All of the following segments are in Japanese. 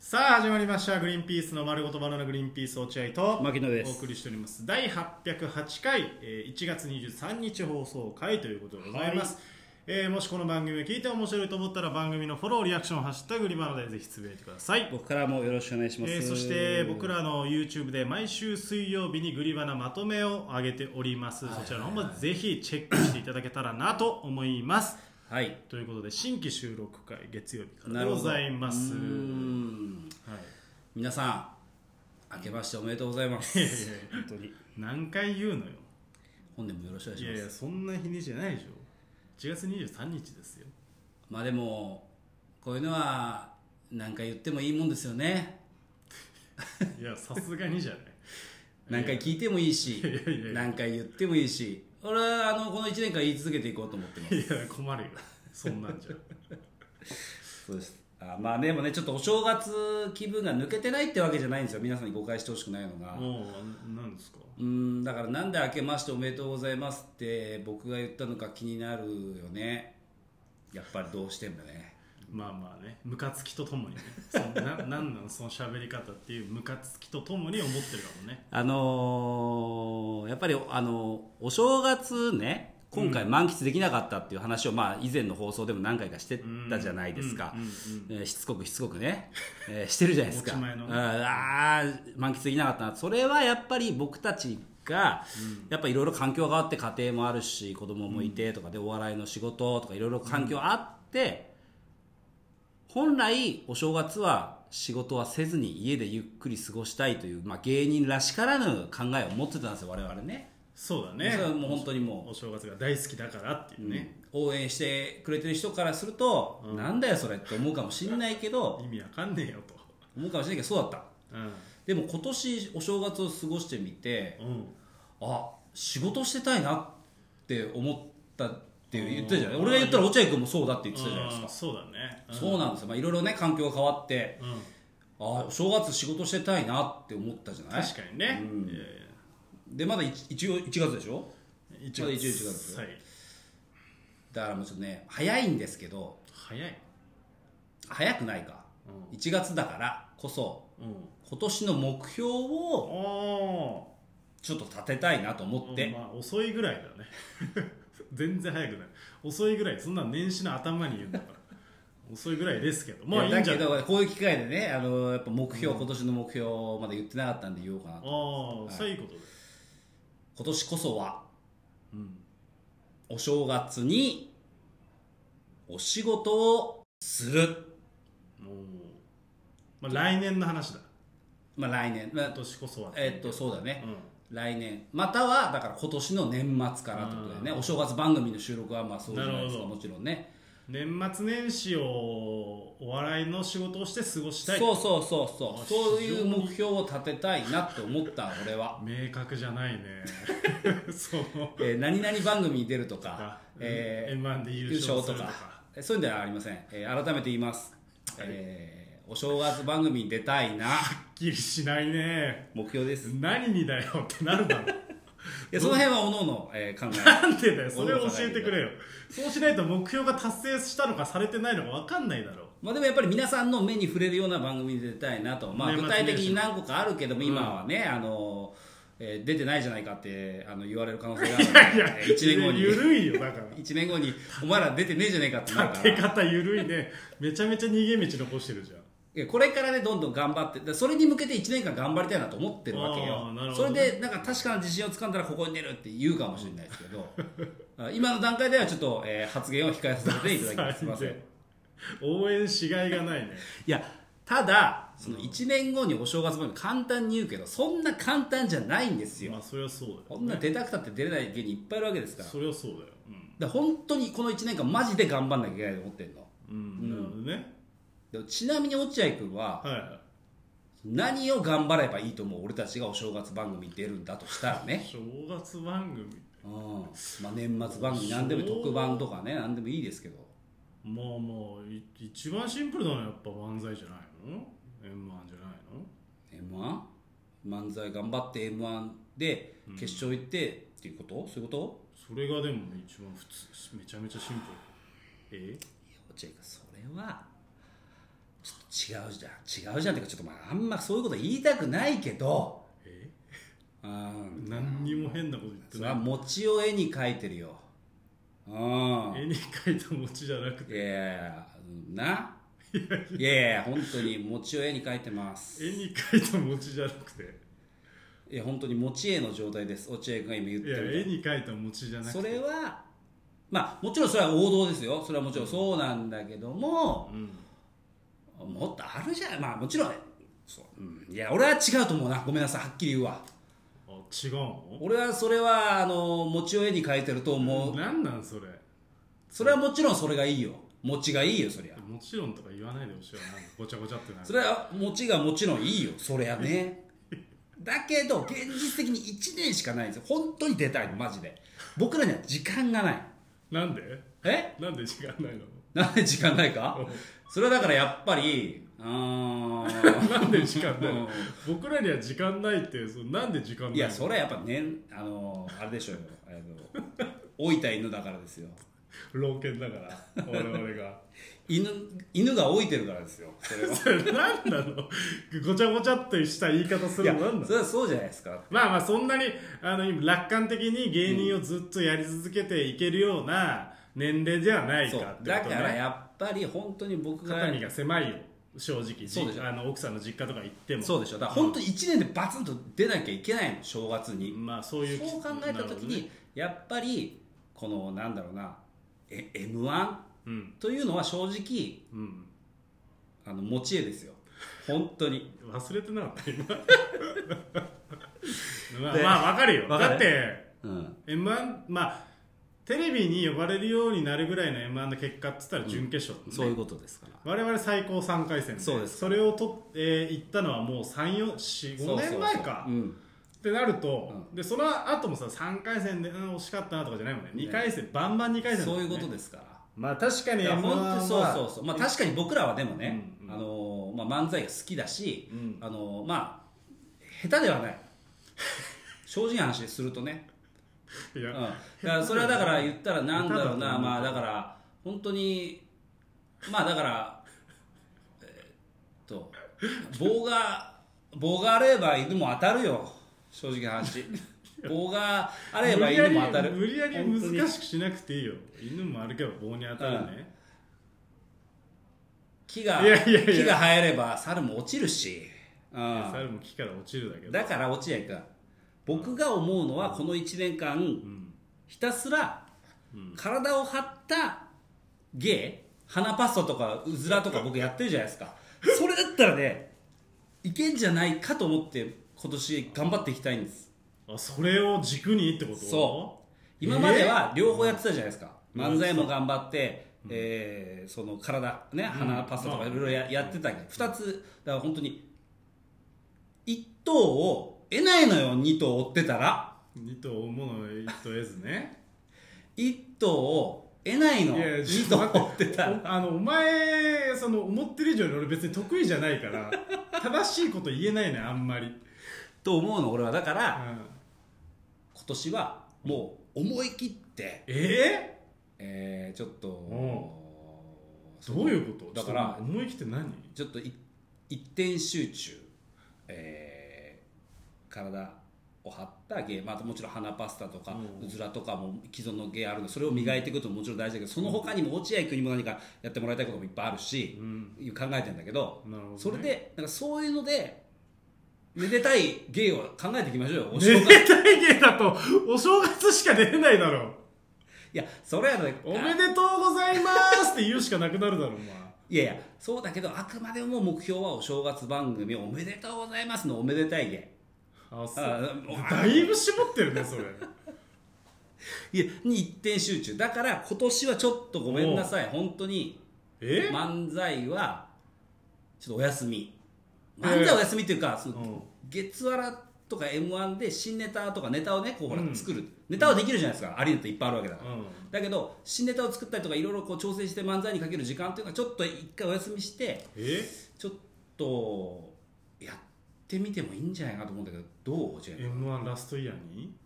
さあ始まりましたグリーンピースの丸ごとバナナグリーンピース落合と牧野ですお送りしております第808回1月23日放送回ということでございます、もしこの番組を聞いて面白いと思ったら番組のフォローリアクションハッシュタググリバナでぜひつぶやいてください。 僕からもよろしくお願いします、 そして僕らの YouTube で毎週水曜日にグリバナまとめを上げております、そちらの方もぜひチェックしていただけたらなと思います。はい、ということで新規収録回月曜日からでございます。はい、 皆さん明けましておめでとうございます。本当に何回言うのよ。 本年もよろしくお願いします。 いやいやそんな日にちじゃないでしょ。1月23日ですよ。 まあでもこういうのは何回言ってもいいもんですよね。 いやさすがにじゃない。 何回聞いてもいいし何回言ってもいいし、俺はこの1年間言い続けていこうと思ってます。 いや困るよそんなんじゃ。 そうです。まあでもね、ちょっとお正月気分が抜けてないってわけじゃないんですよ。皆さんに誤解してほしくないのが、 何ですか。 だからなんで明けましておめでとうございますって僕が言ったのか気になるよね。やっぱりどうしてもね。 まあまあね、ムカつきとともにねなんなんその喋り方っていうムカつきとともに思ってるかもね。 やっぱりお正月ね、今回満喫できなかったっていう話を、以前の放送でも何回かしてたじゃないですか。しつこくね、してるじゃないですか。満喫できなかったな。それはやっぱり僕たちがやっぱいろいろ環境があって、家庭もあるし子供もいてとかで、お笑いの仕事とかいろいろ環境あって、本来お正月は仕事はせずに家でゆっくり過ごしたいという、芸人らしからぬ考えを持ってたんですよ、我々ね。 そうだね。 それはもう本当にもうお正月が大好きだからっていうね、 応援してくれてる人からすると、なんだよそれって思うかもしれないけど、 意味わかんねえよと思うかもしれないけど、そうだった、でも今年お正月を過ごしてみて、仕事してたいなって思ったって言ってたじゃない。俺が言ったら落合君もそうだって言ってたじゃないですか。 そうだね、 そうなんですよ。いろいろね環境が変わって、お正月仕事してたいなって思ったじゃない。 確かにね、 でまだ一応1月でしょ。 1月、 まだ1月ですよ、だからもうちょっとね早いんですけど。早くないか、1月だからこそ、今年の目標をちょっと立てたいなと思って、 遅いぐらいだね全然早くない、遅いぐらい。そんな年始の頭に言うんだから遅いぐらいですけど、いいんじゃない。 だけどこういう機会でね、やっぱ目標、今年の目標まだ言ってなかったんで言おうかなと。 そういうことで、 今年こそは、お正月にお仕事をする。 来年の話だ。 来年、 今年こそはそうだね、来年またはだから今年の年末からってことだよね。お正月番組の収録はそうじゃないですか。もちろんね、 年末年始をお笑いの仕事をして過ごしたい。そういう目標を立てたいなって思った俺は。 明確じゃないね何々番組に出るとか、 M1 で優勝するとかそういうんではありません。改めて言います、お正月番組に出たいな。はっきりしないね。 目標です。 何にだよってなるだろういやその辺はおのおの考え。 なんでだよ、それを教えてくれよ。そうしないと目標が達成したのかされてないのか分かんないだろう。 でもやっぱり皆さんの目に触れるような番組に出たいなと。具体的に何個かあるけども、今はね出てないじゃないかって言われる可能性があるので、1年後に緩いよ。だから 1年後にお前ら出てねえじゃねえかってなるから。 立て方緩いね。めちゃめちゃ逃げ道残してるじゃん。 これからねどんどん頑張って、それに向けて1年間頑張りたいなと思ってるわけよ。それでなんか確かな自信をつかんだらここに出るって言うかもしれないですけど今の段階ではちょっと、発言を控えさせていただきます。すいません。 応援しがいがないね。 いやただその1年後にお正月番組簡単に言うけど、そんな簡単じゃないんですよ。 そりゃそうだよ、ね、 こんな出たくたって出れない芸人いっぱいいるわけですから。 そりゃそうだよ、 だから本当にこの1年間マジで頑張んなきゃいけないと思ってるの。 なるほどね。 でちなみに落合君は、何を頑張ればいいと思う。俺たちがお正月番組に出るんだとしたらね。 正月番組、 年末番組何でも特番とかね、何でもいいですけど。 一番シンプルなのはやっぱ漫才じゃないの？ M1 じゃないの？ M1？ 漫才頑張って M1 で決勝行ってっていうこと？そういうこと？ それがでも一番普通、めちゃめちゃシンプル。 いや落合君それはちょっと違うじゃんっていうかちょっとまああんまそういうこと言いたくないけど何にも変なこと言ってない。 それは餅を絵に描いてるよ。 絵に描いた餅じゃなくて、 いや本当に餅を絵に描いてます。 絵に描いた餅じゃなくて、 いや本当に餅絵の状態です。落合君が今言ってる。 いや絵に描いた餅じゃなくて、 それはまあもちろんそれは王道ですよ。それはもちろんそうなんだけども、もっとあるじゃん。まあもちろんね、いや俺は違うと思うな。ごめんなさい、はっきり言うわ。 違うの？ 俺はそれは餅を絵に描いてると思う。 なんなんそれ。 それはもちろんそれがいいよ。餅がいいよそりゃ。 もちろんとか言わないでほしいわ。なんかごちゃごちゃってなる。 それは餅がもちろんいいよそりゃね。だけど現実的に1年しかないんですよ。本当に出たいのマジで。僕らには時間がない。 なんで？なんで時間ないの？ なんで時間ないか？それはだからやっぱりなんで時間ないの？僕らには時間ないってなんで時間ないの？ いやそれはやっぱねあれでしょうよ。老いた犬だからですよ。 老犬だから我々が犬が老いてるからですよ。 それ何なの？ごちゃごちゃっとした言い方するの何なの？ それはそうじゃないですか。 まあそんなに今楽観的に芸人をずっとやり続けていけるような年齢じゃないかってこと、ね、 だからやっぱり本当に僕が肩身が狭いよ正直。 そうでしょ。 奥さんの実家とか行ってもそうでしょ。だから本当に1年でバツンと出なきゃいけないの正月に。 そう考えた時に、やっぱりこのなんだろうなM1 というのは正直、持ち絵ですよ本当に。 忘れてなかった今まあ分かるよ。だって、M1 テレビに呼ばれるようになるぐらいの M1 の結果って言ったら準決勝、 そういうことですから。 我々最高3回戦で、 そうです。 それを行ったのはもう3、4、4、5年前かってなると、でその後もさ3回戦で惜しかったなとかじゃないもんね。2回戦バンバン2回戦、 そういうことですから。 まあ確かに M1 はそうまあ確かに僕らはでもね、漫才が好きだし、まあ下手ではない正直な話するとね。だからそれはだから言ったらなんだろうな、まあだから本当にまあだから棒があれば犬も当たるよ正直な話。棒があれば犬も当たる。 無理やり難しくしなくていいよ。犬も歩けば棒に当たるね。 木が生えれば猿も落ちるし、 猿も木から落ちるだけど。 だから落合君、僕が思うのはこの1年間、ひたすら体を張った芸、鼻パスタとかうずらとか僕やってるじゃないですか。それだったらねいけんじゃないかと思って今年頑張っていきたいんです。 それを軸にってこと？ そう今までは両方やってたじゃないですか。漫才も頑張って、その体ね、鼻パスタとかいろいろやってたけど、2つだから本当に1頭を得ないのよ。2頭追ってたら 2頭追うものを1頭得ずね 1頭を得ないの。2頭追ってたらお前思ってる以上に俺別に得意じゃないから正しいこと言えないねあんまりと思うの俺は。だから、今年はもう思い切ってちょっとどういうこと？ だから思い切って何？ ちょっと一点集中、体を張った芸、まあ、もちろん鼻パスタとかうずらとかも既存の芸あるのでそれを磨いていくことももちろん大事だけど、その他にも落合君にも何かやってもらいたいこともいっぱいあるし、考えてるんだけど、それでなんかそういうのでめでたい芸を考えていきましょうよ。 めでたい芸だとお正月しか出れないだろう。 いやそれはね、 おめでとうございますって言うしかなくなるだろう。 いやそうだけどあくまでも目標はお正月番組おめでとうございますのおめでたい芸。 だいぶ絞ってるねそれ。 いやに一点集中だから今年はちょっとごめんなさい本当に漫才はちょっとお休み。漫才お休みっていうか、月笑とか M1 で新ネタとかネタをねこうほら作る、ネタはできるじゃないですか。ありネタいっぱいあるわけだから、だけど新ネタを作ったりとかいろいろこう調整して漫才にかける時間っていうのはちょっと一回お休みしてちょっとやってみてもいいんじゃないかと思うんだけど、どう？じゃあ M1 ラストイヤーに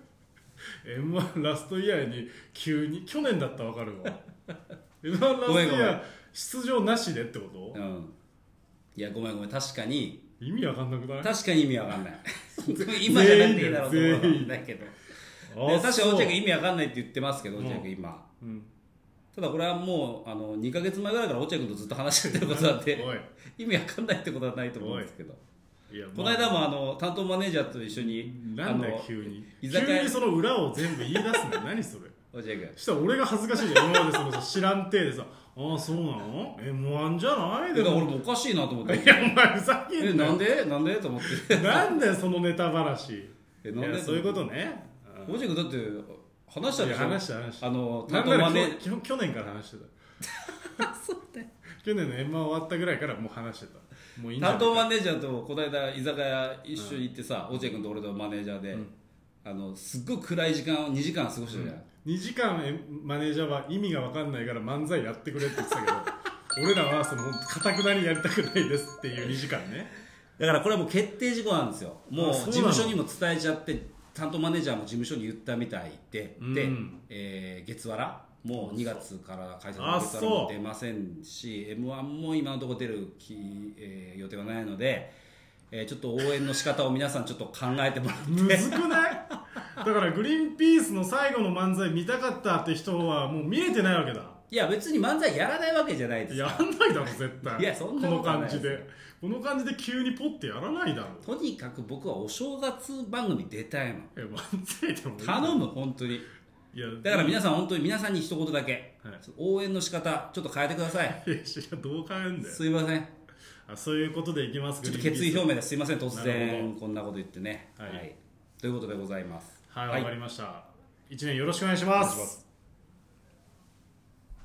M1 ラストイヤーに急に去年だったら分かるわM1 ラストイヤー出場なしでってこと？ いやごめん確かに意味わかんなくない？ 確かに意味わかんない今じゃなくていいだろうと思うんだけど確かに落合君意味わかんないって言ってますけど、落合君今、ただこれはもう2ヶ月前ぐらいから落合君とずっと話してることなんで意味わかんないってことはないと思うんですけど、この間も担当マネージャーと一緒になんだよ急にその裏を全部言い出すの何それ落合君したら俺が恥ずかしいじゃん今までその知らんてでさああそうなのM1 じゃないでも俺もおかしいなと思っていやお前ふざけんななんでと思ってなんだよそのネタ話なんでそういうことね落合君だって話したでしょ話した担当マネ去年から話してたそうだよ去年の M1 終わったぐらいからもう話してたもういいん担当マネージャーとこの間居酒屋一緒に行ってさ、落合君と俺とマネージャーで、すっごく暗い時間を2時間過ごしたじゃん、 2時間マネージャーは意味が分かんないから漫才やってくれって言ってたけど俺らはそのかたくなにやりたくないですっていう2時間ねだからこれはもう決定事項なんですよ。もう事務所にも伝えちゃって担当マネージャーも事務所に言ったみたいで、月わらもう2月から開催の月わらも出ませんし M1 も今のところ出る予定はないので、ちょっと応援の仕方を皆さんちょっと考えてもらってむずくないだからグリーンピースの最後の漫才見たかったって人はもう見れてないわけだ。 いや別に漫才やらないわけじゃないですか。 やらないだろ絶対。 いやそんなことないです。 この感じで急にポッてやらないだろ。 とにかく僕はお正月番組出たいの。 漫才でも頼む本当に。いやだから皆さん本当に皆さんに一言だけ、応援の仕方ちょっと変えてください。 いやどう変えんだよ。 すいません。 そういうことでいきます。 ちょっと決意表明ですいません突然こんなこと言ってね。はい。ということでございます。 はいわかりました。1年よろしくお願いします。